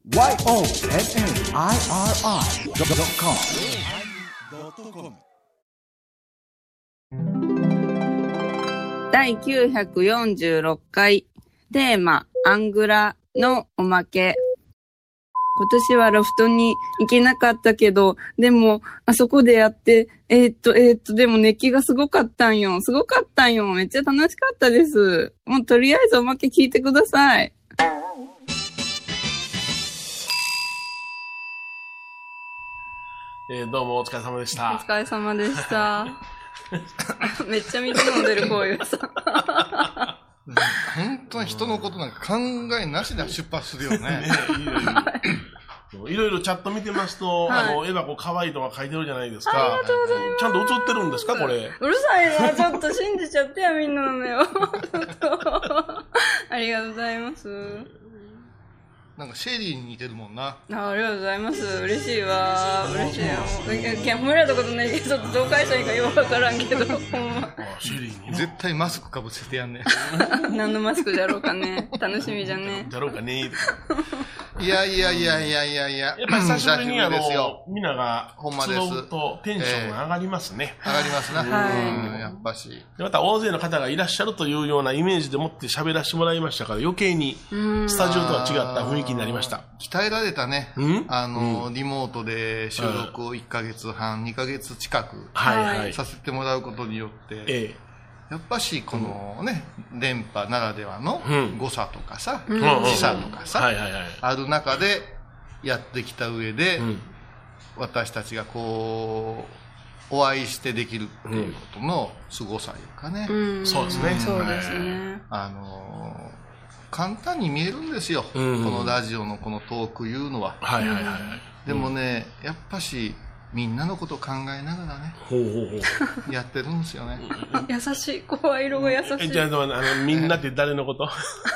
YONNIRI.com 第946回テーマアングラのおまけ。今年はロフトに行けなかったけど、でもあそこでやってでも熱気がすごかったんよ。めっちゃ楽しかったです。もうとりあえずおまけ聞いてください。 どうもお疲れ様でしおた。 疲れ様でした。めっちゃ水飲んでるこういうさ。 本当に人のことなんか考えなしで出発するよね。 いろいろチャット見てますと、 はい、 絵箱可愛いとか書いてるじゃないですか。 ありがとうございます。 ちゃんと写ってるんですかこれ。 うるさいな、ちょっと信じちゃってや、みんなの目を。ありがとうございます。 なんかシェリーに似てるもんな。 ありがとうございます。嬉しいわ。嬉しいよ。褒められたことないけど、ちょっとどう返したらいいかよくわからんけど、ほんま。 シェリーにね。 絶対マスクかぶせてやんね。 何のマスクじゃろうかね。楽しみじゃね。 だろうかね。 いや。 やっぱり久しぶりにみんなが集うとテンションが上がりますね。 上がりますな。やっぱし。 また大勢の方がいらっしゃるというようなイメージでもって喋らせてもらいましたから余計にスタジオとは違った雰囲気になりました。 鍛えられたね。リモートで収録を1ヶ月半、2ヶ月近くさせてもらうことによって、やっぱしこのね、電波ならではの誤差とかさ、時差とかさ、ある中でやってきた上で、私たちがこう、お会いしてできるっていうことの凄さいうかね。 そうですね。 そうですね。 簡単に見えるんですよ。このラジオのこのトークいうのは。でもね、やっぱし、みんなのことを考えながらね、やってるんですよね。 優しい、声色が優しい。 じゃあ、みんなって誰のこと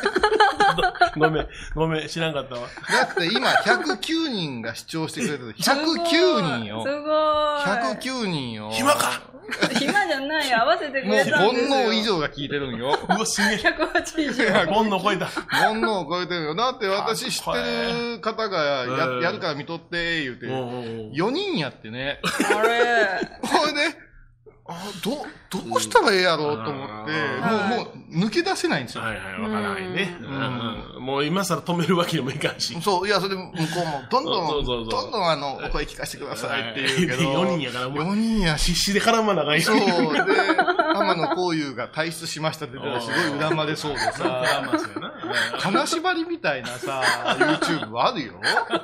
ごめん、知らんかったわ。 だって今、109人が視聴してくれてる。109人よ。 すごい。 109人よ。 暇か暇じゃないよ、合わせてくれたんですよ。 もう煩悩以上が聞いてるんよ。 うわ、すげえ。 180。 煩悩超えた。 煩悩を超えてるよ。だって私知ってる方がやるから見とって、言うて。4人やってね。 あれこれね、どうしたらええやろうと思って、もう抜け出せないんですよ。 わからないね。もう今更止めるわけにもいかんし。 そう、いや、それで向こうも、どんどんお声聞かせてくださいって言うけど。 4人やからもう。 4人やし。 必死で絡まながい。 そう。で、天野幸雄が退出しましたって言ったらすごい恨まれそうでさ。金縛りみたいなさ、YouTube あるよ。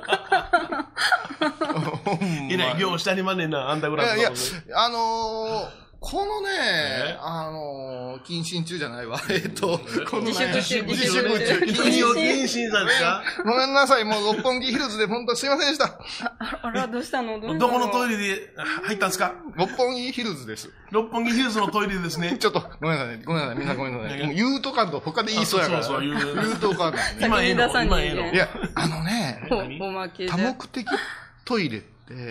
えらい、量下にまんねんな、アンダーグラウンド。 いや、このね、謹慎中じゃないわ。このね、 自粛中。何を謹慎さんですか？ ごめんなさい、もう六本木ヒルズで本当すいませんでした。 あら、どうしたの？ どこのトイレで入ったんですか？ 六本木ヒルズです。 六本木ヒルズのトイレですね。 ちょっと、ごめんなさい、みんなごめんなさい。もう言うとかんと他で言いそうやから。 そう、言うとかんと。 今ええの。 いや、 おまけで。 多目的トイレって。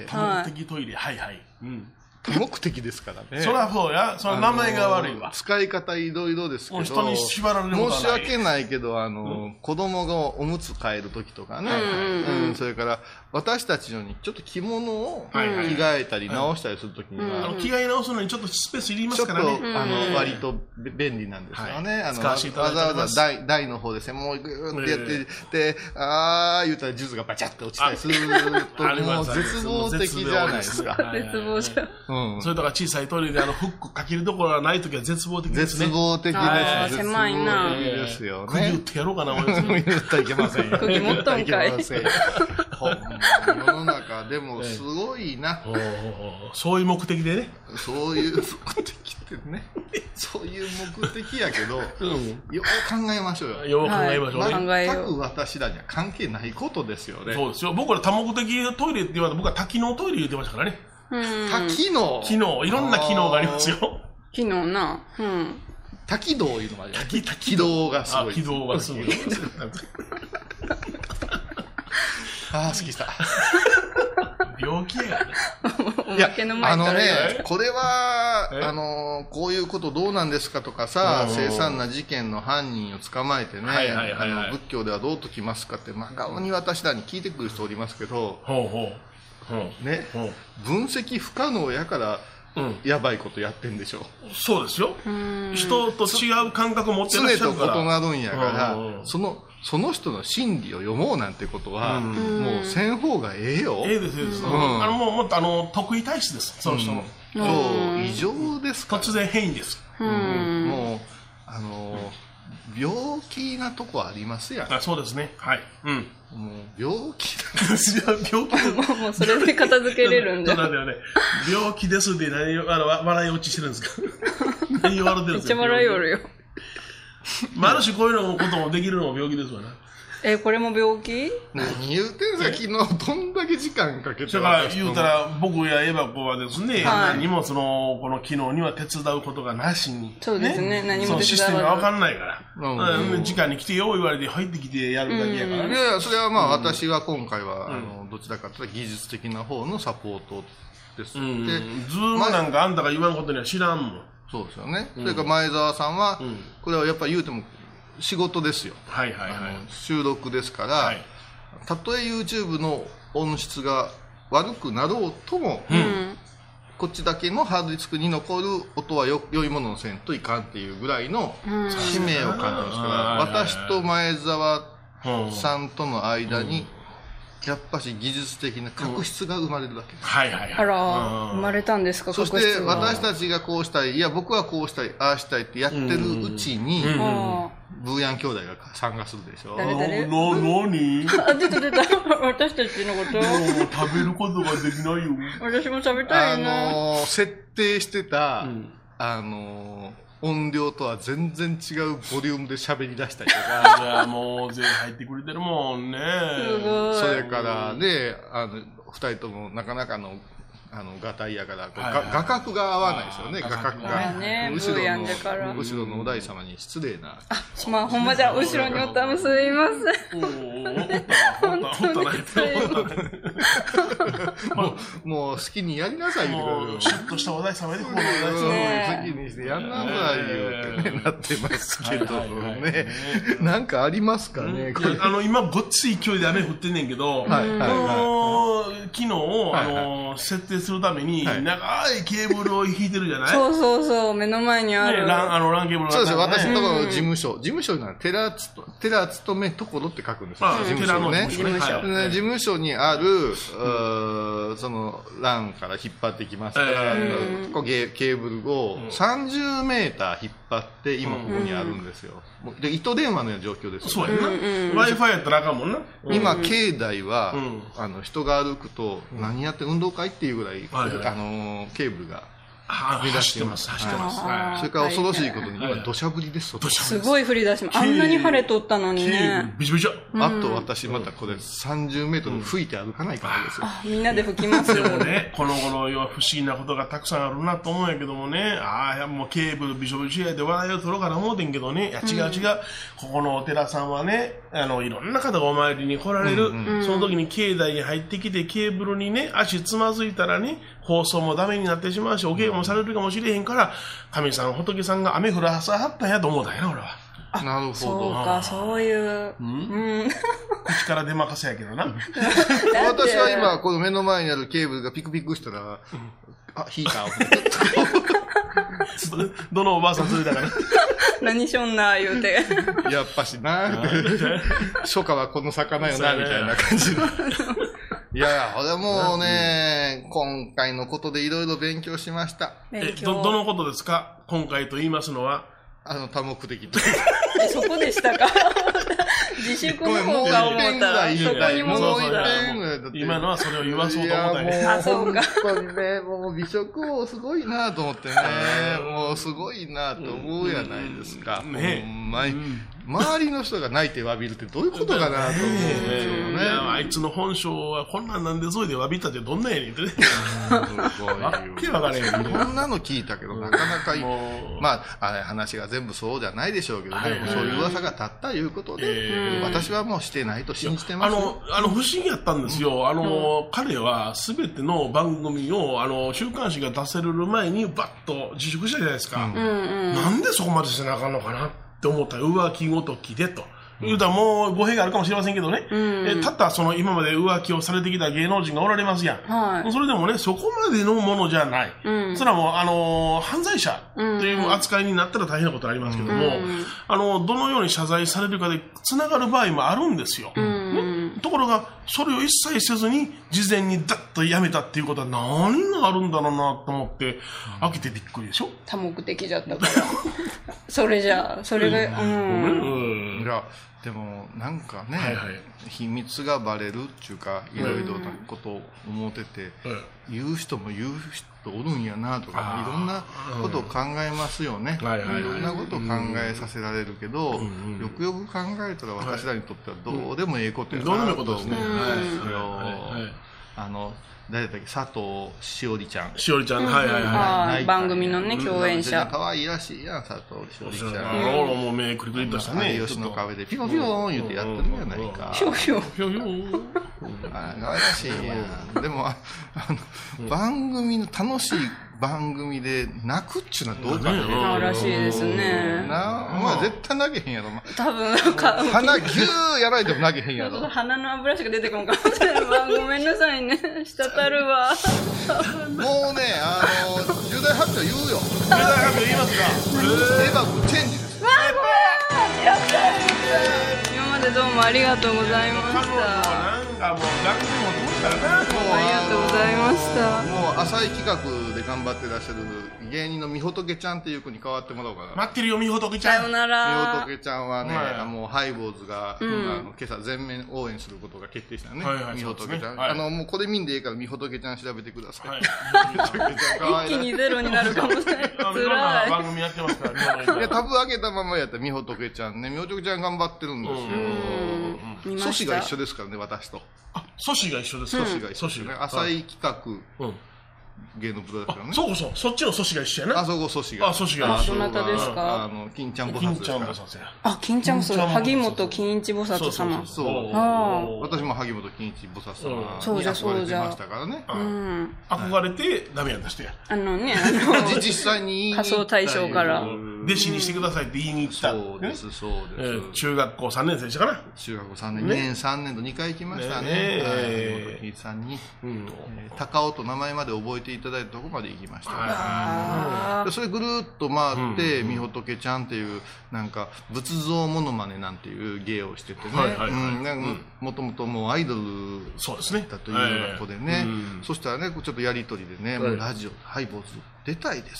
多目的トイレ、はい。 多目的ですからね。 そらそうや。その名前が悪いわ。 使い方いろいろですけど。 人に縛られることはない。 申し訳ないけど、子供がおむつ替えるときとかね。それから、私たちのようにちょっと着物を着替えたり直したりするときには。 着替え直すのにちょっとスペースいりますからね。 ちょっと、割と便利なんですよね。わざわざ台の方で専門グーってやって、言うたら数珠がバチャッと落ちたりすると、もう絶望的じゃないですか。 絶望じゃ。 それとか小さいトイレでフックかけるところがないときは絶望的ですね。 絶望的です。 狭いな。 ですよね。 釘打ってやろうかな、 言ったらいけませんよ。 釘持っとんかい。 世の中でもすごいな。 そういう目的でね。 そういう目的ってね。そういう目的やけど、よく考えましょうよ。 よく考えましょうね。 全く私らには関係ないことですよね。 そうですよ。僕ら多目的トイレって言われて僕は多機能トイレ言ってましたからね。 多機能？ 機能。いろんな機能がありますよ。 機能な。 多機動いうのがあるよね。軌道がすごい。 軌道がすごい。 好きした。 病気やね。 おまけの前からこれは、こういうことどうなんですかとかさ、凄惨な事件の犯人を捕まえてね、仏教ではどう解きますかって、顔に私らに聞いてくる人おりますけど、ね、分析不可能やから、やばいことやってんでしょ。 そうですよ。人と違う感覚を持ってらっしゃるから。 常と異なるんやから、その人の心理を読もうなんてことは、もうせん方がええよ。 ええです、ええです。もっと得意体質です、その人の。 そう、異常ですから。 突然変異です。 もう、病気なとこありますやん。 そうですね。はい。 もう病気もうそれで片付けれるんだ。 そうなんだよね。病気ですで笑い落ちしてるんですか。何言われてるんですか。 めっちゃ笑いおるよ。 ある種こういうこともできるのも病気ですわな。 これも病気？ 何言うてんすか。昨日どんだけ時間かけて。 だから言うたら僕やエバ子はですね、何もこの昨日には手伝うことがなしに。 そうですね。何も手伝わず。 システムがわかんないから。時間に来てよ言われて入ってきてやるだけやからね。 いや、それは私は今回は、どちらかというと技術的な方のサポートですって。ズームなんかあんたが言わんことには知らんもん。 そうですよね。それから前澤さんは、これはやっぱり言うても、仕事ですよ。収録ですから、たとえ YouTube の音質が悪くなろうとも、こっちだけのハードディスクに残る音は良いもののせんといかんっていうぐらいの使命を感じますから、私と前澤さんとの間に、やっぱし技術的な確執が生まれるわけです。 あら、生まれたんですか、 そして私たちがこうしたい、いや僕はこうしたい、ああしたいってやってるうちに、ブーヤン兄弟が参加するでしょ。 誰何出た。私たちのこと。 食べることができないよ。 私も食べたいな。 設定してた、音量とは全然違うボリュームで喋り出したりとか。 いや、もう全員入ってくれてるもんね。 すごい。 それからね、二人ともなかなかの、ガタイやから、画角が合わないですよね、画角が。後ろのお大様に失礼な。 ほんまじゃ、後ろにおったのすいません。本当にすいません。もう好きにやりなさいよ。 シュッとしたお大様で、このお大様。好きにしてやんなさいよってね、なってますけどね。なんかありますかね。 今、ごっつい勢いで雨降ってんねんけど、昨日、設定するために、長いケーブルを引いてるじゃない？ そう、目の前にある。 ランケーブルが。 そうですよ、私のところの事務所には、寺勤めところって書くんですよ。事務所ね。事務所にある、その、ランから引っ張ってきますから、ケーブルを30メーター引っ張って、今ここにあるんですよ。で、糸電話のような状況です。 そうやな。Wi-Fi やったらあかんもんな。 今、境内は、人が歩くと、何やって運動会っていうぐらい、ケーブルが走ってます。 それから恐ろしいことに、今、土砂降りです。 すごい降り出します。あんなに晴れとったのにね。 ビシビシ。 あと私、またこれ30メートル吹いて歩かないからですよ。 みんなで吹きます。 でもね、この頃、要は不思議なことがたくさんあるなと思うんやけどもね、もうケーブルビシビシやで笑いを取ろうかな思うてんけどね、いや、違う。ここのお寺さんはね、いろんな方がお参りに来られる。その時に境内に入ってきて、ケーブルにね、足つまずいたらね、放送もダメになってしまうし、お稽古もされるかもしれへんから、神さん、仏さんが雨降らさはったんやと思うたんやな、俺は。 なるほど。 そうか、そういう。 口から出任せやけどな。 私は今、この目の前にあるケーブルがピクピクしたら、ヒーターを。 どのおばあさんそれだから。 何しょんな、言うて。 やっぱしな、初夏はこの魚よな、みたいな感じで。いや、俺もうね、今回のことでいろいろ勉強しました。 どのことですか？今回と言いますのは。 多目的。 そこでしたか？自粛の方が思ったら、そこに戻ったら。 今のはそれを言わそうと思ったよね。 あ、そうか。 本当にね、もう美食王すごいなと思ってね、もうすごいなと思うやないですか。 ね。 周りの人が泣いて詫びるってどういうことかなと思うんですよね。 あいつの本性はこんなんなんでそいで詫びたってどんなんやねんってね。わけわからへん。 こんなの聞いたけど、なかなか、まあ、話が全部そうじゃないでしょうけどね、そういう噂が立ったいうことで、私はもうしてないと信じてます。 不思議やったんですよ。彼はすべての番組を、週刊誌が出せる前にバッと自粛したじゃないですか。なんでそこまでせなあかんのかなって思ったら、浮気ごときでと。言うたらもう語弊があるかもしれませんけどね。たった今まで浮気をされてきた芸能人がおられますやん。それでもね、そこまでのものじゃない。それはもう、犯罪者という扱いになったら大変なことありますけども、どのように謝罪されるかで繋がる場合もあるんですよ。ところが、それを一切せずに、事前にダッとやめたっていうことは何があるんだろうなと思って、開けてびっくりでしょ。 多目的じゃったから。それが、 でもなんかね、秘密がバレるっていうか、いろいろなことを思ってて、言う人も言う人おるんやなとか、いろんなことを考えますよね。いろんなことを考えさせられるけど、よくよく考えたら私らにとってはどうでもええことやなと思うんですよ。誰だっけ、佐藤しおりちゃん。 しおりちゃん、はい。 番組のね、共演者。 可愛らしいやん、佐藤しおりちゃん。 もう目クリクリとしたね。 有吉の壁でピコピコーン言ってやってるじゃないか。 ピコピコ。 可愛らしいやん。でも、番組の楽しい番組で泣くっちゅうのはどうかね。 らしいですね。 まあ絶対泣けへんやろ。 多分、 鼻ギューやられても泣けへんやろ。 鼻の油しか出てこんかもしれない。ごめんなさいね。滴るわ。 もうね、重大発表言うよ。 重大発表言いますか。 エバクチェンジです。 わー、ごめん。やった。今までどうもありがとうございました。 もう学生もどうしたらな。 ありがとうございました。 もう浅い企画で頑張ってらっしゃる芸人のみほとけちゃんっていう子に変わってもらおうかな。 待ってるよ、みほとけちゃん。 さよなら。 みほとけちゃんはね、もうハイボーズが、今朝全面応援することが決定したね。みほとけちゃん。もうこれ見んでいいからみほとけちゃん調べてください。 一気にゼロになるかもしれない。辛い。 番組やってますから、 いや、タブ開けたままやったらみほとけちゃんね。みほとけちゃん頑張ってるんですよ。阻止が一緒ですからね、私と。 阻止が一緒ですか。 阻止が一緒ね。浅い企画。芸能プロですからね。 そうそう、そっちの阻止が一緒やな。 あそこ阻止が。 阻止が一緒。 どなたですか。 金ちゃん菩薩ですから。 金ちゃん菩薩。萩本金一菩薩様。 そう。私も萩本金一菩薩様。 そうじゃそうじゃ。 ましたからね。 憧れてダメやった人や。 実際に仮想大賞から。 弟子にしてくださいって言いに行った。 そうです、そうです。 中学校3年生でしたかな。 中学校3年、2年3年と2回行きましたね。萩本金一さんに。高尾と名前まで覚えていただいたところまで行きました。それぐるっと回って、みほとけちゃんっていう、なんか、仏像モノマネなんていう芸をしててね。もともともうアイドルだというような子でね。そしたらね、ちょっとやりとりでね、ラジオ、ハイボーズ出たいです。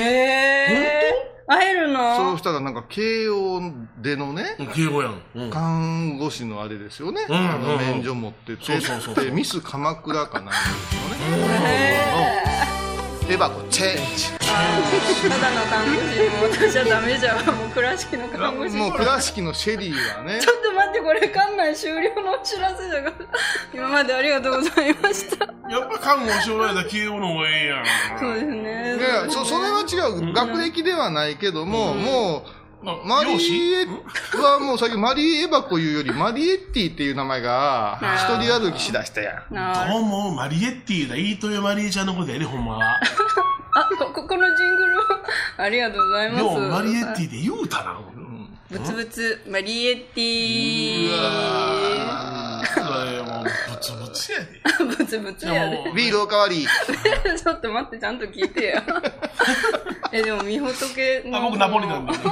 会えるの？ そうしたらなんか慶応でのね、 慶応やん。 看護師のあれですよね。免除持ってて、ミス鎌倉かなんですよね。エバコチェンジ。 ただの看護師にも私はダメじゃん。もう倉敷の看護師。 もう倉敷のシェリーはね。 ちょっと待って、これ館内終了のお知らせだから。今までありがとうございました。 やっぱ看護師おられた慶応の方がええやん。 そうですね。 それは違う。学歴ではないけども、もう、マリエはもう最近マリエバコいうよりマリエッティっていう名前が一人歩きしだしたやん。 どうもマリエッティだ。飯豊マリエちゃんのことやね、ほんまは。 このジングルありがとうございます。 でもマリエッティで言うたな。 ブツブツマリエッティうわー。もうブツブツやで。 ブツブツやで。 ビールおかわり。 ちょっと待って、ちゃんと聞いてや。でもみほとけの。 僕ナポリタンだ。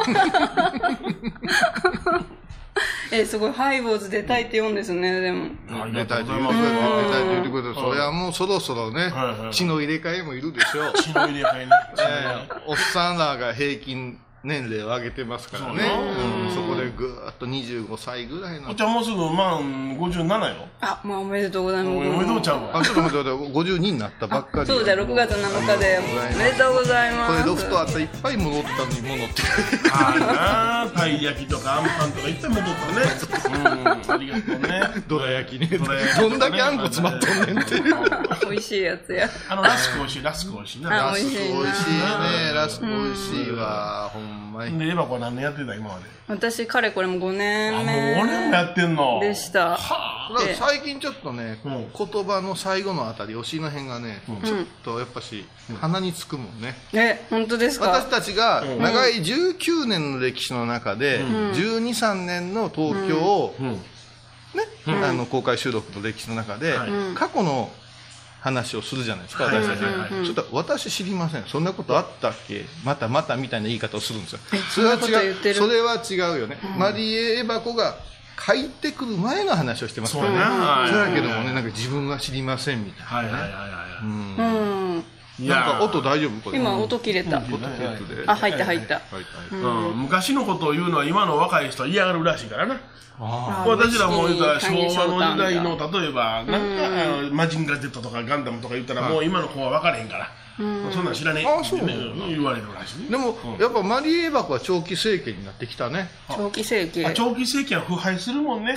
すごいハイボーズ出たいって言うんですね、でも。 出たいって言ってくれた。そりゃもうそろそろね、血の入れ替えもいるでしょう。 血の入れ替えね。 おっさんらが平均年齢を上げてますからね。そこでぐーっと25歳ぐらいの。 お茶もうすぐ満57よ。 あ、まあおめでとうございます。 おめでとうちゃうわ。 ちょっと待って、52になったばっかり。 そうだ、6月7日で。おめでとうございます。 これロフトあったらいっぱい戻ったのに戻ってああ、たい焼きとかあんパンとかいっぱい戻ったね。ありがとうね。 どら焼きね。どんだけあんこ詰まっとんねんっていう。 美味しいやつや。 ラスク美味しい、ラスク美味しいな。 ラスク美味しいね。 ラスク美味しいわ、ほんまに。 で、エバコは何年やってた今まで。 私、かれこれも5年目。 もう5年もやってんのでした。 最近ちょっとね、言葉の最後のあたり、お尻の辺がね、ちょっとやっぱし、鼻につくもんね。 本当ですか？ 私たちが長い19年の歴史の中で、12、3年の東京を、ね、公開収録の歴史の中で、過去の話をするじゃないですか、私たちが。ちょっと私知りません。そんなことあったっけ？またまたみたいな言い方をするんですよ。それは違う。それは違うよね。マリエ・エバコが帰ってくる前の話をしてますからね。そうだけどもね、なんか自分は知りませんみたいなね。なんか音大丈夫？これ今音切れた。あ、入った昔のことを言うのは今の若い人は嫌がるらしいからな。私らも言うたら昭和の時代の例えばなんかマジンガー Z とかガンダムとか言ったらもう今の子は分からへんからそんなん知らねえって言われるらしい。 でもやっぱマリエ・エバコは長期政権になってきたね。 長期政権。 長期政権は腐敗するもんね。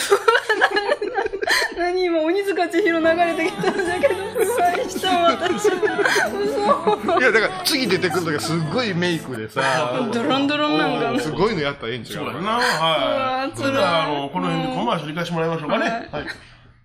何今鬼塚千尋流れてきたんだけど腐敗した私。 嘘。いやだから次出てくる時はすっごいメイクでさドロンドロンなんかな。 すごいのやったらええんちゃう。 そうやな。はい。それではこの辺でコマーシャル行かしてもらいましょうかね。はい。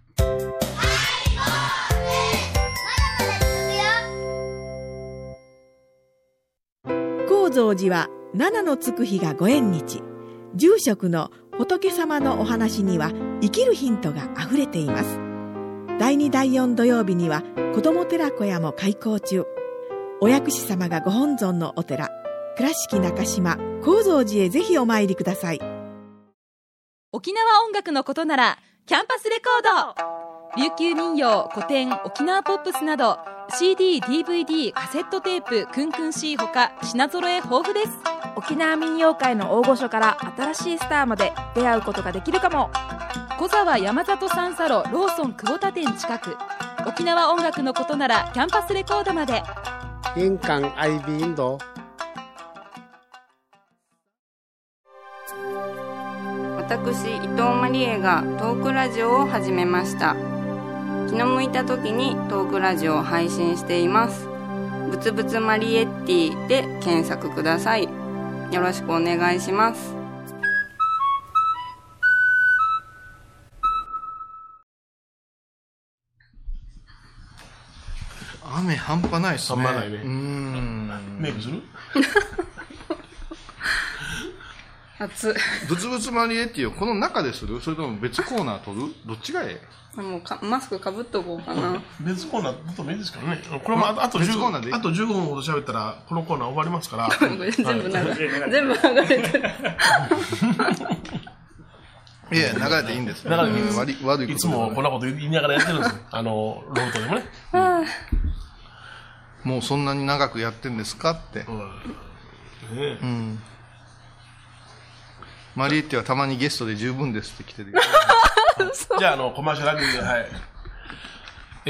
高蔵寺は七のつく日がご縁日。住職の仏様のお話には生きるヒントがあふれています。第2第4土曜日には子ども寺小屋も開校中。お薬師様がご本尊のお寺、倉敷中島・高蔵寺へぜひお参りください。 沖縄音楽のことならキャンパスレコード。琉球民謡、古典、沖縄ポップスなど CD、DVD、カセットテープ、クンクン C ほか品揃え豊富です。 沖縄民謡界の大御所から新しいスターまで出会うことができるかも。 小沢山里三佐路ローソン久保田店近く。沖縄音楽のことならキャンパスレコードまで。 印港 IB 印度。 私伊藤マリエがトークラジオを始めました。気の向いた時にトークラジオを配信しています。ぶつぶつマリエッティで検索ください。よろしくお願いします。 雨半端ないっすね。 半端ないね。メイクする？ 暑い。 ブツブツマリエッティをこの中でする？それとも別コーナー取る？どっちがええ？ もうマスクかぶっとこうかな。 別コーナー取ってもいいですからね。これもあと15分ほど喋ったらこのコーナー終わりますから。 全部流れてる。 いや流れていいんです。 流れていいんです。悪い。いつもこんなこと言いながらやってるんですよ。ロートでもね。 もうそんなに長くやってんですかって。マリエッティはたまにゲストで十分ですって来てる。 じゃあコマーシャルラグビーで、はい。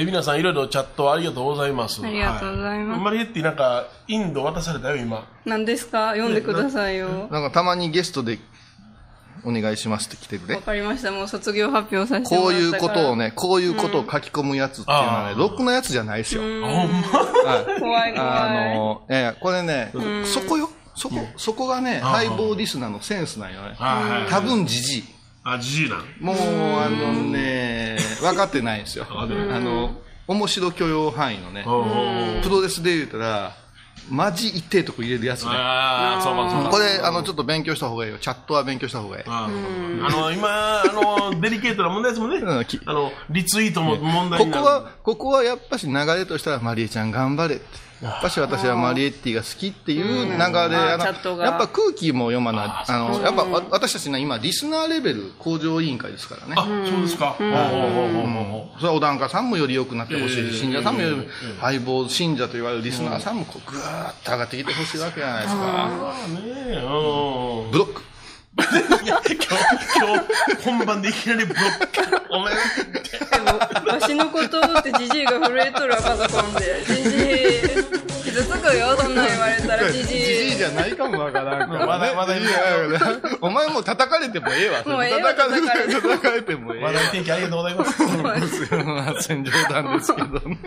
皆さんいろいろチャットありがとうございます。 ありがとうございます。 マリエッティなんかインド渡されたよ今。 何ですか？読んでくださいよ。 なんかたまにゲストでお願いしますって来てるね。 わかりました。もう卒業発表させてもらったから。 こういうことをね、こういうことを書き込むやつっていうのはね、ろくなやつじゃないですよ。 怖い。 これね、そこがね、ハイボーリスナーのセンスなんよね。多分ジジイ。 ジジイなん。 もう分かってないんですよ。面白許容範囲のね、プロレスで言うたら、マジ一定とこ入れるやつね。これ、ちょっと勉強した方がいいよ。チャットは勉強した方がいい。 今、デリケートな問題ですもんね。リツイートも問題になる。 ここはやっぱし流れとしたら、マリエちゃん頑張れって。 やっぱし私はマリエッティが好きっていう中で、やっぱ空気も読まない。やっぱ私たちね、今、リスナーレベル向上委員会ですからね。 あ、そうですか。 それはお檀家さんもより良くなってほしい。信者さんもより、相棒信者と言われるリスナーさんもこうぐーっと上がってきてほしいわけじゃないですか。ブロック。 今日本番でいきなりブロック。お前でもわしのことってジジイが震えとるわ、パソコンで。ジジイ傷つくよ、そんなん言われたら。ジジイじゃないかもわからんから。 まだいいや。 お前もう叩かれてもええわ。 もうええわ、叩かれてもええ。 話題提供ありがとうございます。 すいません、冗談ですけどね。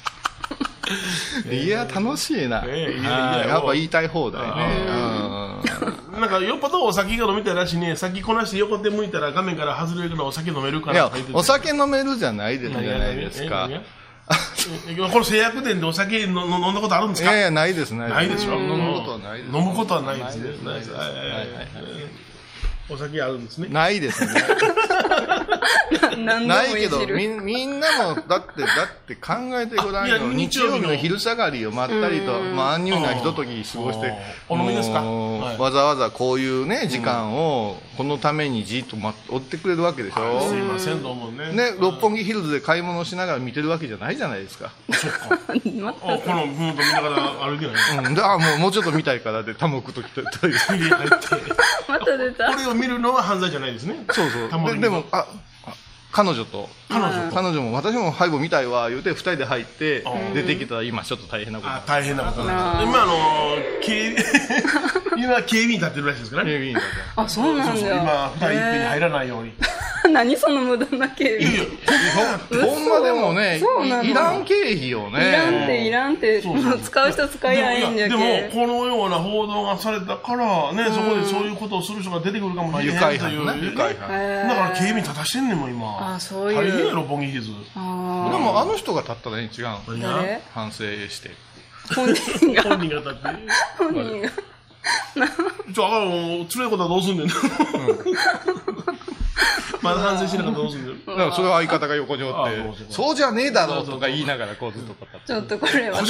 いや、楽しいな。やっぱ言いたい放題ね。 なんかよっぽどお酒が飲みたいらしいね。先こなして横手向いたら画面から外れるからお酒飲めるから。 いや、お酒飲めるじゃないじゃないですか。 この製薬店でお酒飲んだことあるんですか？ いやいや、ないです、 ないでしょ。 飲むことはないです。 飲むことはないですね。お酒あるんですね。 ないですね。ないけど、みんなも、だって考えてごらんよ。日曜日の昼下がりをまったりと、安入なひととき過ごして、 お飲みですか？ わざわざこういうね、時間を、このためにじっと追ってくれるわけでしょ。 すいません、どうもね。 ね、六本木ヒルズで買い物しながら見てるわけじゃないじゃないですか。 そっか。この、見ながら歩いてない。 もうちょっと見たいからで、タモクとトイレ入って。また出た。 これを見るのは犯罪じゃないですね。 そうそう。でも、彼女も私もハイボ見たいわ言うて2人で入って出てきたら今ちょっと大変なこと。 大変なことなんです。今警備員立ってるらしいですからね。 警備員立ってる。 あ、そうなんだよ。 今2人いっぺんに入らないように。 何その無駄な経費。 ほんまでもね、いらん経費をね。 いらんって、使う人使いやいいんじゃけ。 でも、このような報道がされたからね、そこでそういうことをする人が出てくるかもしれないという。 愉快犯。 だから警備員立たしてんねんもん、今。 あ、そういう。 大変やろ、ボギーヒズ。でもあの人が立ったら違うの。 誰？ 反省して。 本人が立って。 本人が。 つらいことはどうすんねん。まだ反省しなかったらどうすんねん。 だからそれは相方が横におって、そうじゃねえだろとか言いながらこうずっと立って。 ちょっとこれは。 こ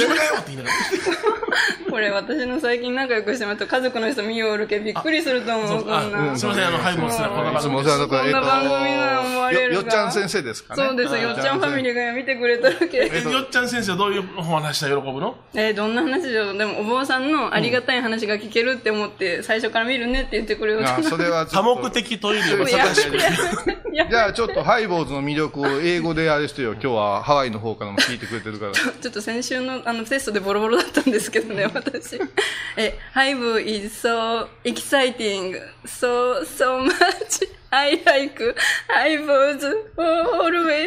れ私の最近仲良くしてもらうと家族の人見よるけびっくりすると思う。こんな。 すみません、ハイボースなこんな番組。 こんな番組な思われるよっちゃん先生ですかね。 そうです、よっちゃんファミリーが見てくれたるけ。 よっちゃん先生はどういうお話したら喜ぶの？ どんな話でしょう。でもお坊さんのありがたい話が聞けるって思って最初から見るねって言ってくれる。 それは多目的トイレを探して。 じゃあちょっとハイボーズの魅力を英語であれしてよ。今日はハワイの方からも聞いてくれてるから。 ちょっと先週のテストでボロボロだったんですけどね、私。Hive is so exciting, so much. I like Hive's always.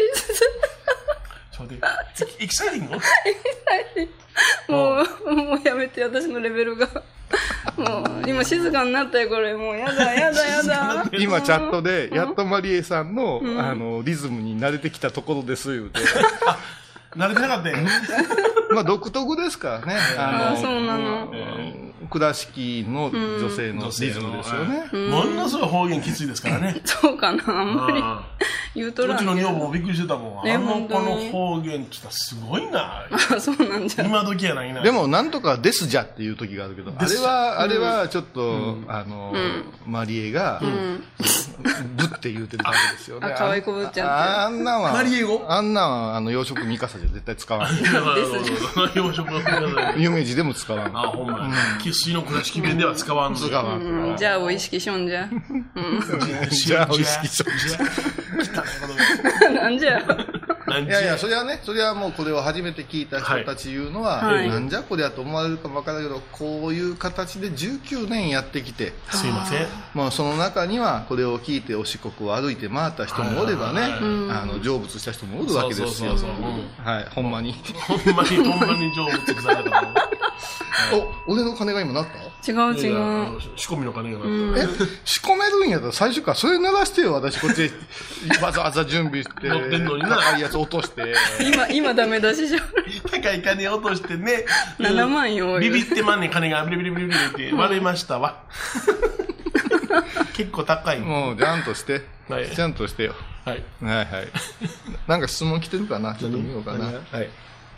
エキサイティング？ もうやめて、私のレベルが。もう、今静かになったよ、これ。もう、やだ。 今、チャットで、やっとマリエさんの、リズムに慣れてきたところです、言うて。 慣れてなかったよ。 まあ、独特ですからね。 そうなの。 倉敷の女性のリズムですよね。 ものすごい方言きついですからね。 そうかな、あんまり言うとらん。 うちの女房もびっくりしてたもん。この方言ってすごいな。 そうなんじゃ。 今時やないな。 でも、なんとかですじゃっていう時があるけど、あれはちょっと、マリエが、ぶって言うてるだけですよね。 可愛い子ぶっちゃって。 あんなんは、 マリエ語？ あんなんは、養殖ミカサじゃ絶対使わん。 養殖ミカサ。 有名字でも使わん。 あ、ほんま。生粋の倉敷弁では使わんの。 使わん。 じゃあ、お意識しょんじゃ。 じゃあ、お意識しょんじゃ。なんじゃ。 いや、それはもうこれを初めて聞いた人たち言うのは、なんじゃこりゃと思われるかもわからないけど、こういう形で19年やってきて、 すいません。 まあその中にはこれを聞いてお四国を歩いて回った人もおればね、成仏した人もおるわけですよ。はい、ほんまに。 ほんまに成仏されたの。 俺の鐘が今鳴った？ 違う。 仕込みの鐘が鳴った。 仕込めるんやったら最初からそれ鳴らしてよ、私こっちわざわざ準備して。 乗ってんのにな。 高いやつ落として。 今ダメ出しじゃん。 高い金落としてね。 7万よ。 ビビってまんねん、金がビリビリって割れましたわ。結構高い。 もうちゃんとして。ちゃんとしてよ。 はい。 なんか質問来てるかな？ちょっと見ようかな。 はい。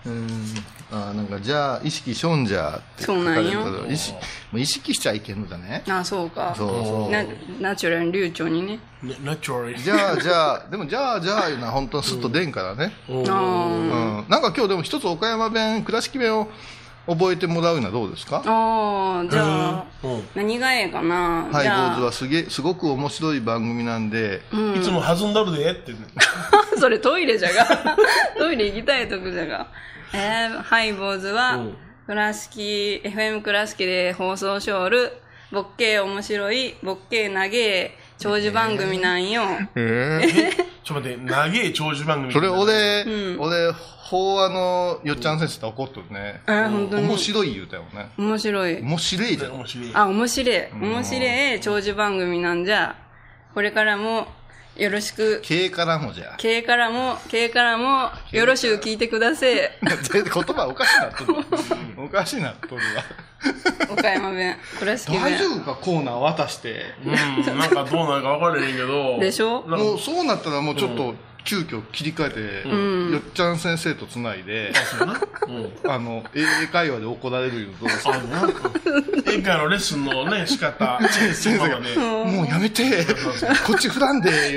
なんかじゃあ意識しょんじゃってそうなんよ。 意識しちゃいけんのだね。 そうか。 そうナチュラルに流暢にね。 ナチュラル。 じゃあでもじゃあいうのは本当にスッと出んからね。なんか今日でも一つ岡山弁、倉敷弁を覚えてもらうのはどうですか？ じゃあ何がええかな。 ハイボーズはすごく面白い番組なんで、 いつも弾んだるでってそれトイレじゃがトイレ行きたいとこじゃが。ハイボーズは倉敷 FM 倉敷で放送しおるボッケー面白いボッケー長え長寿番組なんよ。 ちょっと待って、長え長寿番組。 それ俺法話のよっちゃん先生と怒っとるね。 本当に面白い言うたよね。 面白い。 面白いじゃん。 面白い長寿番組なんじゃ。これからもよろしく。 経からもじゃ。 経からもよろしゅう聞いてください。 言葉おかしなっとるわ。おかしなっとるわ。 岡山弁、倉敷弁。 大丈夫かコーナー渡して。 なんかどうなるか分からへんけど。 でしょ？ もうそうなったらもうちょっと急遽切り替えて、よっちゃん先生とつないで、英会話で怒られるようどうですか？ 英会話のレッスンのね、仕方。 先生がね、もうやめて、こっち普段で、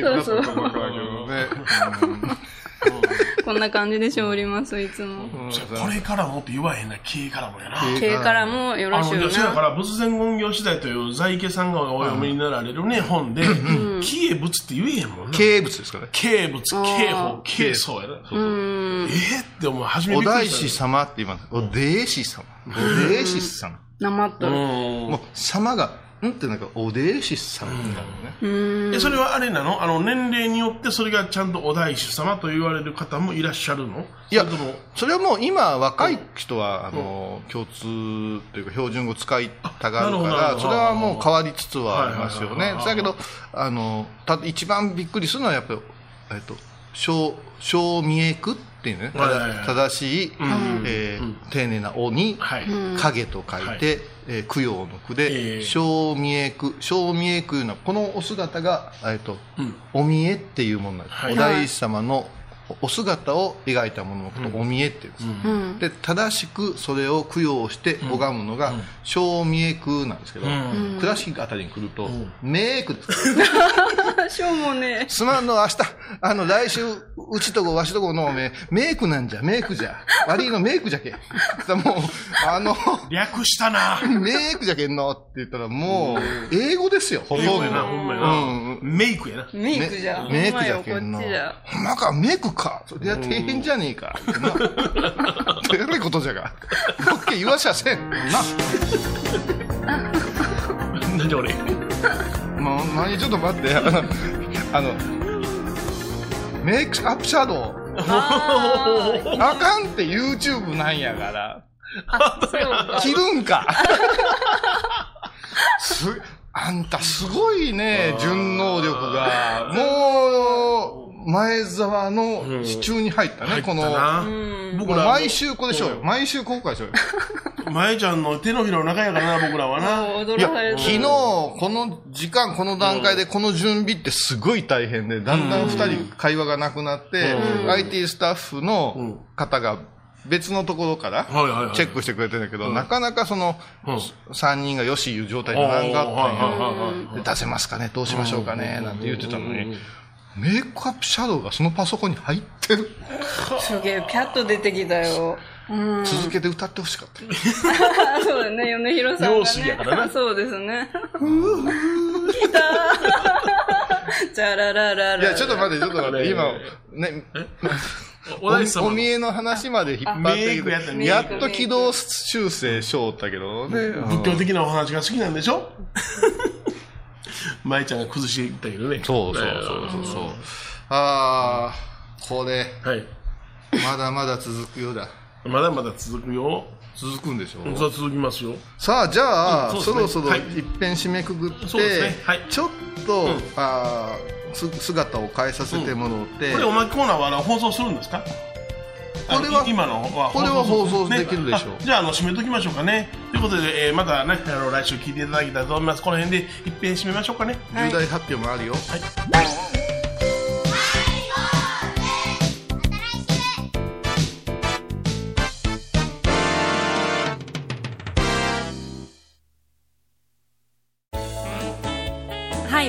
こんな感じでしょおります、いつも。 これからもって言わへんな、経からもやな。 経からもよろしゅうな。 そやから仏前言行次第という在家さんがお読みになられるね、本で、経仏って言えへんもんな。 経仏ですかね。 経仏、経法、経そうやな。って思う、初めてびっくりした。 お大師様って言います。お大師様。お大師様。 なまっとる。 もう、様が、ってなんか、お大師様みたいなね。 それはあれなの？年齢によってそれがちゃんとお大師様と言われる方もいらっしゃるの？ いや、それはもう今若い人は、共通というか標準語使いたがるから、それはもう変わりつつはありますよね。だけど、一番びっくりするのはやっぱり、小見えくっていうね、正しい、丁寧なおに、影と書いて、供養の句で、小見えくいうのは、このお姿が、お見えっていうものなんです。お大師様のお姿を描いたもののことをお見えって言うんです。で、正しくそれを供養して拝むのが、小見えくなんですけど、倉敷あたりに来ると、めえくです。 しょうもねえ。 すまんの、明日、来週、うちとこ、わしとこのメイクなんじゃ、メイクじゃ。悪いのメイクじゃけ。もう、 略したな。 メイクじゃけんのって言ったらもう、英語ですよ、ほとんど。 ほんまやな。メイクやな。 メイクじゃ。 メイクじゃけんの。ほんまか、メイクか。そりゃ大変じゃねえか。えらいことじゃが。ボッケ言わしゃせん。な。 何俺。 もう、何ちょっと待って。メイクアップシャドウ。あかんって YouTube なんやから。着るんか。あんたすごいね、順応力が。もう、前澤の支柱に入ったね、この。僕ら毎週これでしょうよ。毎週公開しようよ。 前ちゃんの手のひらの中やからな、僕らはな。 いや、昨日、この時間、この段階でこの準備ってすごい大変で、だんだん二人会話がなくなって、IT スタッフの方が別のところからチェックしてくれてるんだけど、なかなかその、三人がよしいう状態でなんかあったん出せますかね、どうしましょうかね、なんて言ってたのに、メイクアップシャドウがそのパソコンに入ってる。 すげえ、ピャッと出てきたよ。 続けて歌ってほしかった。 そうだね、米広さんが、ね。 容姿やからな。 そうですね。来たー。じゃらららら。 いや、ちょっと待って、今、ね、お見えの話まで引っ張ってきて、やっと軌道修正しようったけどね。 仏教的なお話が好きなんでしょ？舞ちゃんが崩していったけどね。 そう。これ、まだまだ続くようだ。 まだまだ続くよ。 続くんでしょ？ 続きますよ。 さあ、じゃあ、そろそろ一遍締めくくって、ちょっと、姿を変えさせてもらって。 これ、おまけコーナーは放送するんですか？これは今のは放送できるでしょう。 じゃあ締めときましょうかね。ということで、またね、来週聞いていただきたいと思います。この辺で一遍締めましょうかね。 重大発表もあるよ。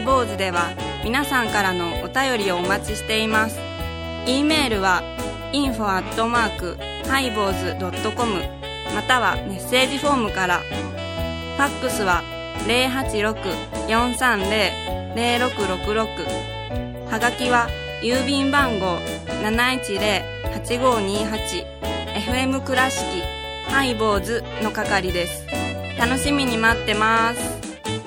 坊主では皆さんからのお便りをお待ちしています。 E メールは info@highbows.com またはメッセージフォームから。ファックスは 086-430-0666 はがきは郵便番号 710-8528 FM 倉敷ハイボーズの係です。楽しみに待ってます。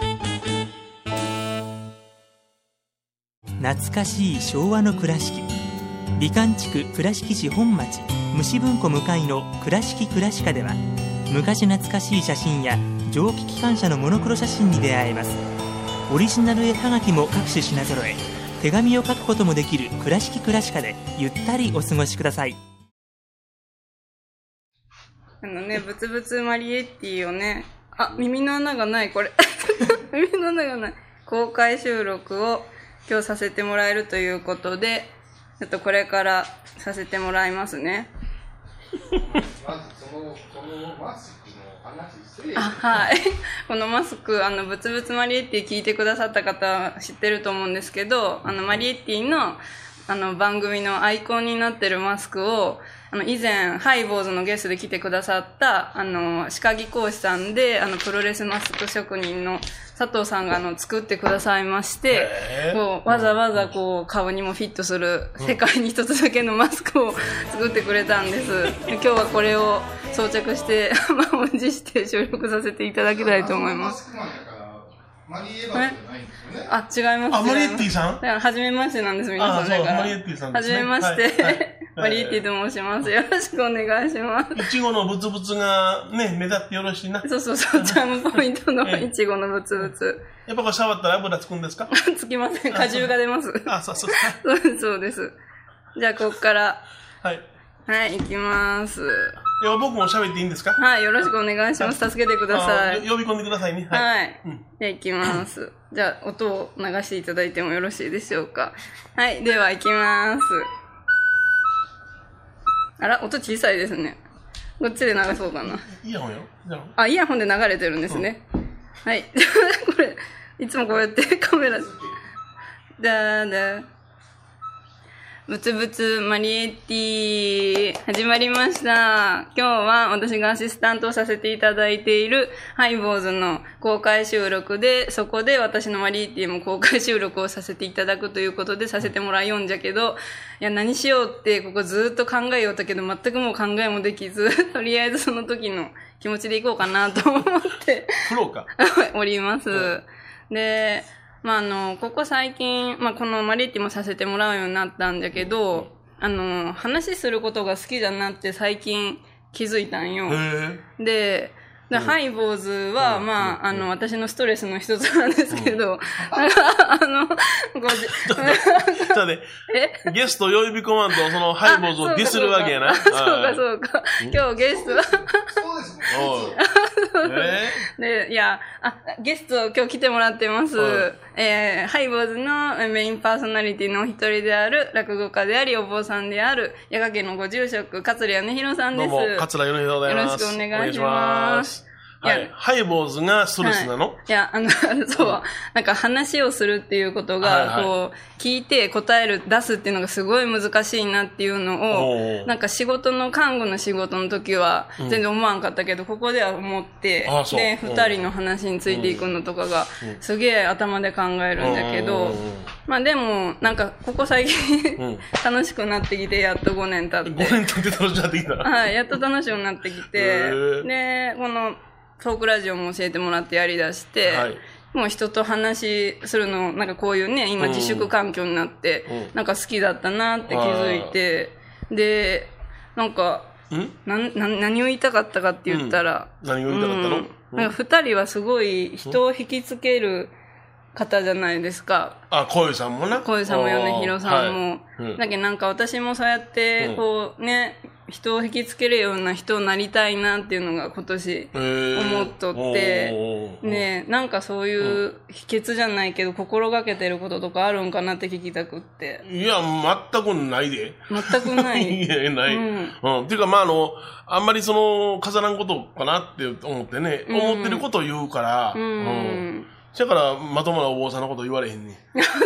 懐かしい昭和の倉敷、美観地区倉敷市本町虫文庫向かいの倉敷倉歯科では、昔懐かしい写真や蒸気機関車のモノクロ写真に出会えます。オリジナル絵はがきも各種品揃え、手紙を書くこともできる倉敷倉歯科でゆったりお過ごしください。 ブツブツマリエッティをね、耳の穴がないこれ耳の穴がない公開収録を今日させてもらえるということで、ちょっとこれからさせてもらいますね。 まずそのマスクの話して。 はい。このマスク、ブツブツマリエッティ聞いてくださった方は知ってると思うんですけど、マリエッティの番組のアイコンになってるマスクを、以前、ハイボーズのゲストで来てくださった、歯科技講師さんで、プロレスマスク職人の佐藤さんが作ってくださいまして、わざわざ顔にもフィットする世界に一つだけのマスクを作ってくれたんです。今日はこれを装着して、満を持して収録させていただきたいと思います。 マリエバじゃないんですよね。 違います。 マリエッティさん？ だから初めましてなんです、皆さん。だからマリエッティさんですね。 初めまして、マリエッティと申します。よろしくお願いします。 いちごのブツブツがね、目立ってよろしいな。 そう、チャームポイントのいちごのブツブツ。 やっぱこれ触ったら油つくんですか？ つきません。果汁が出ます。そうです。じゃあ、ここから。はい。はい、行きます。 いや、僕も喋っていいんですか？ はい、よろしくお願いします。助けてください。 呼び込んでくださいね。 はい。じゃあ行きます。じゃあ音を流していただいてもよろしいでしょうか。はい、では行きます。あら、音小さいですね。こっちで流そうかな。 イヤホンよ。 イヤホンで流れてるんですね。はい。これ、いつもこうやってカメラ、ブツブツマリエッティ始まりました。今日は私がアシスタントをさせていただいているハイボーズの公開収録で、そこで私のマリエッティも公開収録をさせていただくということでさせてもらいよんじゃけど、いや何しようってここずっと考えよったけど全くもう考えもできず、とりあえずその時の気持ちでいこうかなと思っております。で、ここ最近、このマリエッティもさせてもらうようになったんだけど、話することが好きだなって最近気づいたんよ。で、ハイボーズは、私のストレスの一つなんですけど、 ゲスト呼び込まんと、そのハイボーズをディスるわけやな。 そうか。今日ゲストは、で、いや、ゲスト今日来てもらってます。ハイボーズのメインパーソナリティのお一人である、落語家であり、お坊さんである、矢掛家のご住職、桂米広さんです。 どうも、桂米広でございます。 よろしくお願いします。 はい。ハイボーズがストレスなの？ いや、そう、なんか話をするっていうことが、聞いて答える、出すっていうのがすごい難しいなっていうのを、なんか仕事の、看護の仕事の時は全然思わんかったけど、ここでは思って、で、二人の話についていくのとかが、すげえ頭で考えるんだけど、でも、なんか、ここ最近、楽しくなってきて、やっと5年経って。 5年経って楽しくなってきた？ はい、やっと楽しくなってきて、で、この、トークラジオも教えてもらってやりだして、もう人と話するの、なんかこういうね、今自粛環境になって、なんか好きだったなって気づいて、で、なんか、何を言いたかったかって言ったら、 何を言いたかったの？ なんか二人はすごい人を引きつける方じゃないですか。 小遊さんもな。 小遊さんも米広さんも。だけどなんか私もそうやって、こうね、人を引きつけるような人になりたいなっていうのが今年思っとって、ね、なんかそういう秘訣じゃないけど心がけてることとかあるんかなって聞きたくって。 いや、全くないで。 全くない。 いや、ない。っていうか、あんまり飾らんことかなって思ってね、思ってることを言うから、 だからまともなお坊さんのこと言われへんねん。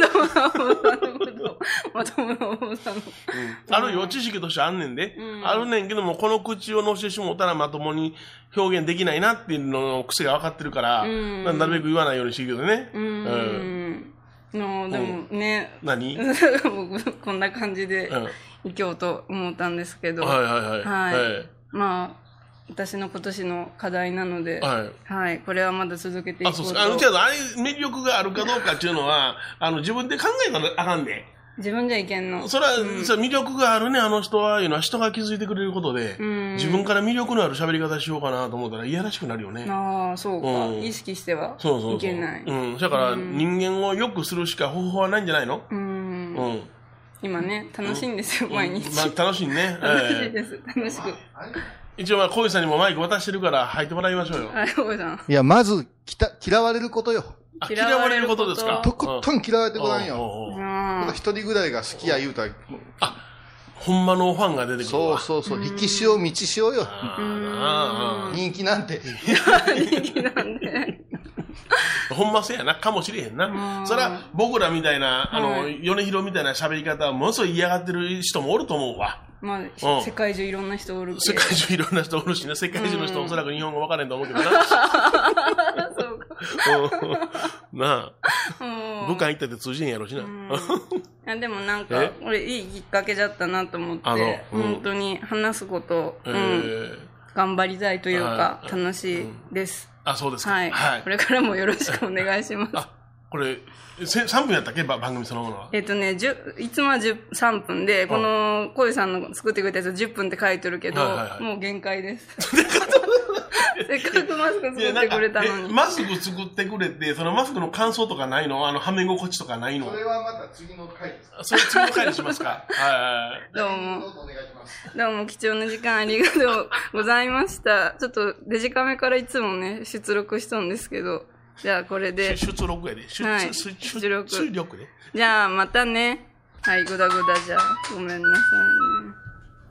まともなお坊さんの。 あるよ、知識としてあんねんで。あるねんけども、この口を乗せてしもうたらまともに表現できないなっていうのの癖が分かってるから、なるべく言わないようにしてるけどね。 でもね、 何僕こんな感じで生きようと思ったんですけど、まあ、私の今年の課題なので、これはまだ続けていこうと。 あれ魅力があるかどうかっていうのは、自分で考えたらあかんで。 自分じゃいけんの。 それは、魅力があるね、あの人は、いうのは人が気づいてくれることで、自分から魅力のある喋り方しようかなと思ったら、いやらしくなるよね。 ああ、そうか。意識してはいけない。 だから、人間を良くするしか方法はないんじゃないの？ 今ね、楽しいんですよ、毎日。 まあ、楽しいね。 楽しいです、楽しく。 一応、小井さんにもマイク渡してるから、入ってもらいましょうよ。 小井さん。 いや、まず、嫌われることよ。 嫌われることですか？ とことん嫌われてごらんよ。一人ぐらいが好きや言うたら。 ほんまのファンが出てくるわ。 そう。引き潮、道潮よ。人気なんて。 人気なんて。 ほんませやな、かもしれへんな。そら、僕らみたいな、米広みたいな喋り方はものすごい嫌がってる人もおると思うわ。 まあ、世界中いろんな人おる。 世界中いろんな人おるしね、世界中の人おそらく日本語分からへんと思うけどな。 そうか。 なあ。武漢行ったって通じへんやろしな。 いやでもなんか、俺いいきっかけだったなと思って、本当に話すこと、頑張りたいというか、楽しいです。 あ、そうですか。 はい。これからもよろしくお願いします。 これ、3分やったっけ番組そのものは。 いつもは3分で、この、小井さんの作ってくれたやつは10分って書いてるけど、もう限界です。せっかくマスク作ってくれたのに。 マスク作ってくれて、そのマスクの感想とかないの？はめ心地とかないの？ それはまた次の回です。 それ次の回にしますか？ どうも貴重な時間ありがとうございました。ちょっとデジカメからいつもね、出力しとんですけど、じゃあこれで。 出力やで。出力で。 じゃあまたね。はい、ぐだぐだじゃあ。ごめんなさいね。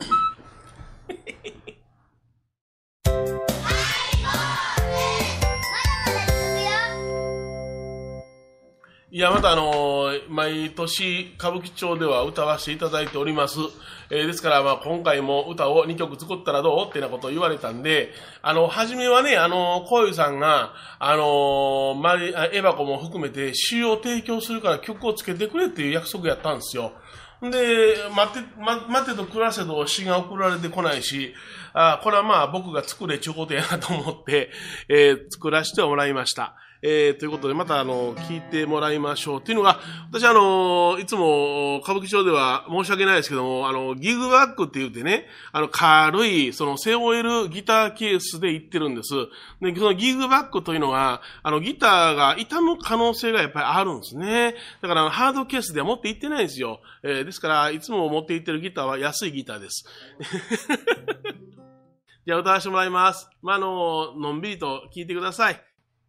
いや、また毎年歌舞伎町では歌わせていただいております。ですから、まあ今回も歌を2曲作ったらどうってなことを言われたんで、初めはね、小湯さんが、エバコも含めて詩を提供するから曲をつけてくれっていう約束やったんですよ。で、待てと暮らせと詩が送られてこないし、これはまあ僕が作れちゅうことやなと思って、作らせてもらいました。ということで、また聞いてもらいましょう。っていうのが、私いつも歌舞伎町では申し訳ないですけども、ギグバッグって言ってね、軽い、背負えるギターケースで行ってるんです。で、そのギグバッグというのは、ギターが傷む可能性がやっぱりあるんですね。だから、ハードケースでは持って行ってないんですよ。ですから、いつも持って行ってるギターは安いギターです。じゃあ、歌わせてもらいます。のんびりと聴いてください。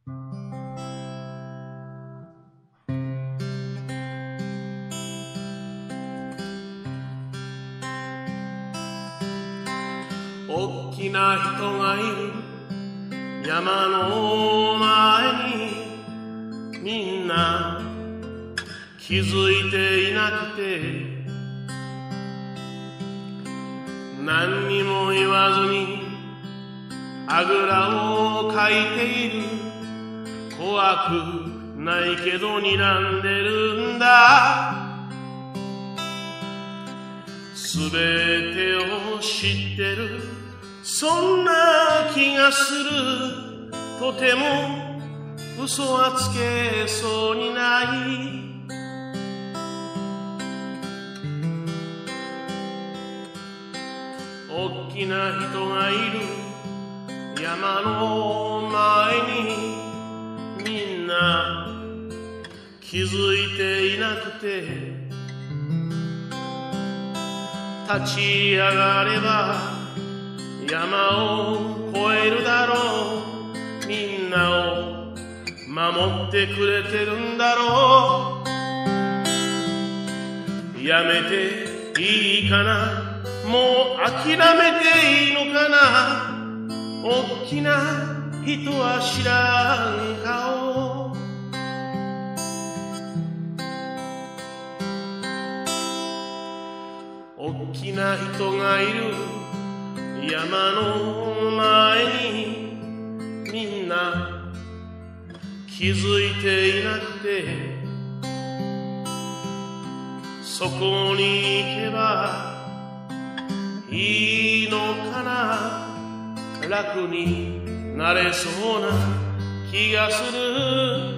大きな人がいる山の前にみんな気づいていなくて何にも言わずにあぐらをかいている怖くないけど睨んでるんだすべてを知ってるそんな気がするとても嘘はつけそうにない大きな人がいる山の前にみんな気づいていなくて立ち上がれば山を越えるだろうみんなを守ってくれてるんだろうやめていいかなもう諦めていいのかな大きな人は知らん顔大きな人がいる山の前にみんな気づいていなくて、そこに行けばいいのかな、楽になれそうな気がする。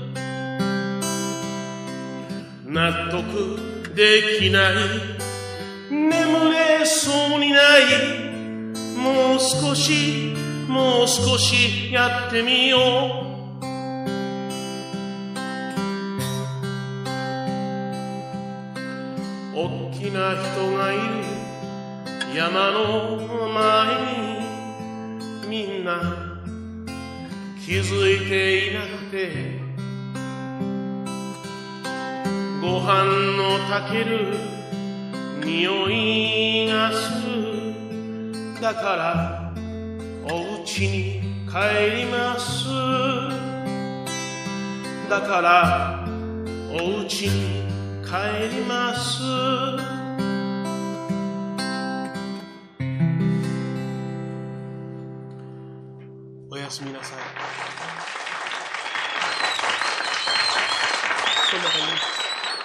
納得できない、眠れそうにない、もう少しやってみよう。大きな人がいる山の前にみんな気づいていなくて、ご飯の炊ける匂いがする。だからお家に帰ります。だからお家に帰ります。おやすみなさい。そんな感じです。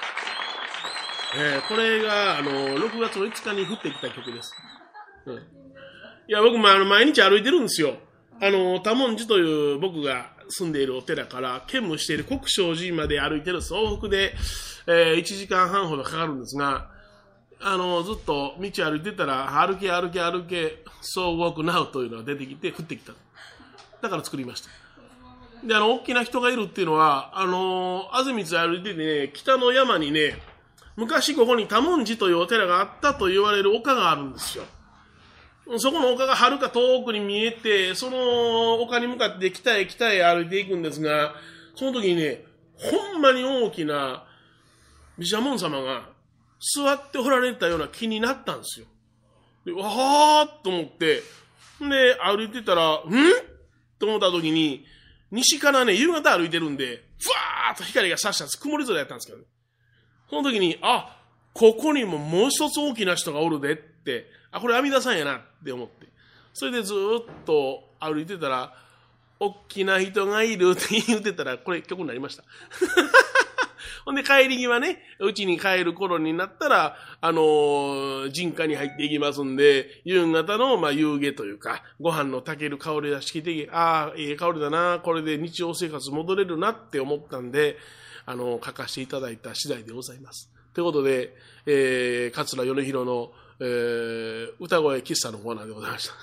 これが6月の5日に降ってきた曲です。いや僕も毎日歩いてるんですよ。多文字という僕が住んでいるお寺から兼務している国生寺まで歩いてるんです。往復で、1時間半ほどかかるんですが、ずっと道歩いてたら歩けそうウォークナウというのが出てきて降ってきた。だから作りました。で大きな人がいるっていうのはあぜ道歩いててね、北の山にね、昔ここに多文字というお寺があったと言われる丘があるんですよ。そこの丘がはるか遠くに見えて、その丘に向かって北へ歩いていくんですが、その時にね、ほんまに大きな毘沙門様が座っておられたような気になったんですよ。で、わーっと思って、で、歩いてたら、と思った時に、西からね、夕方歩いてるんで、ふわーっと光が差したんです。曇り空やったんですけどね。その時に、ここにももう一つ大きな人がおるでって、これ阿弥陀さんやなって思って。それでずーっと歩いてたら、大きな人がいるって言ってたら、これ曲になりました。ほんで帰り際ね、うちに帰る頃になったら、人家に入っていきますんで、夕方の、夕げというか、ご飯の炊ける香りがしてきて、いい香りだな、これで日常生活戻れるなって思ったんで、書かせていただいた次第でございます。ということで、桂米広の、歌声喫茶のコーナーでございました。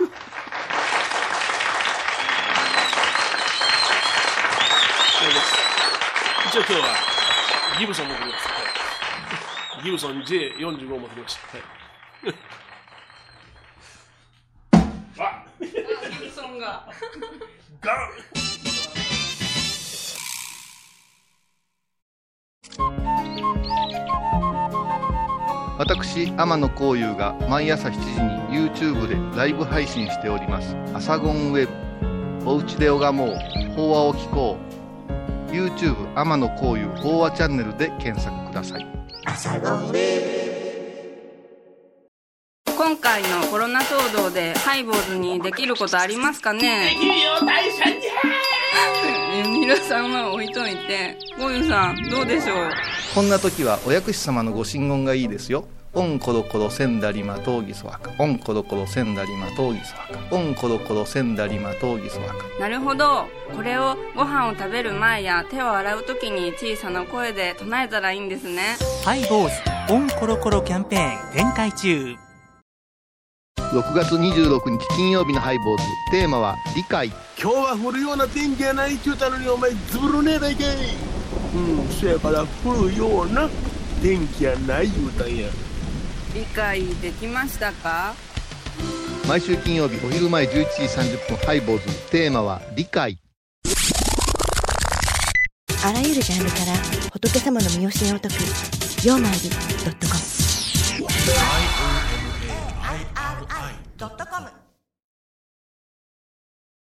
一応今日はギブソン持ってきました。ギブソン J45 持ってきました。 ギブソンがガン私天野幸雄が毎朝7時に YouTube でライブ配信しておりますアサゴンウェブ。おうちで拝もう、法話を聞こう。 YouTube 天野幸雄法話チャンネルで検索ください。アサゴンウェブ。今回のコロナ騒動でハイボーズにできることありますかね。 できるよ大社じゃ皆さんは置いといて、ゴユさんどうでしょう。 こんな時はお薬師様のご神言がいいですよ。オンコロコロセンダリマトウギソワカ、オンコロコロセンダリマトウギソワカ、オンコロコロセンダリマトウギソワカ。 なるほど。これをご飯を食べる前や手を洗う時に小さな声で唱えたらいいんですね。 ハイボーズオンコロコロキャンペーン展開中。 6月26日金曜日のハイボーズ、テーマは理解。 今日は降るような天気やないって言ったのにお前ズブルねえだいけい。そやから降るような天気やない言うたんや。 理解できましたか。 毎週金曜日お昼前11時30分ハイボーズ、テーマは理解。 あらゆるジャンルから仏様の身教えを解く曜マイル.com。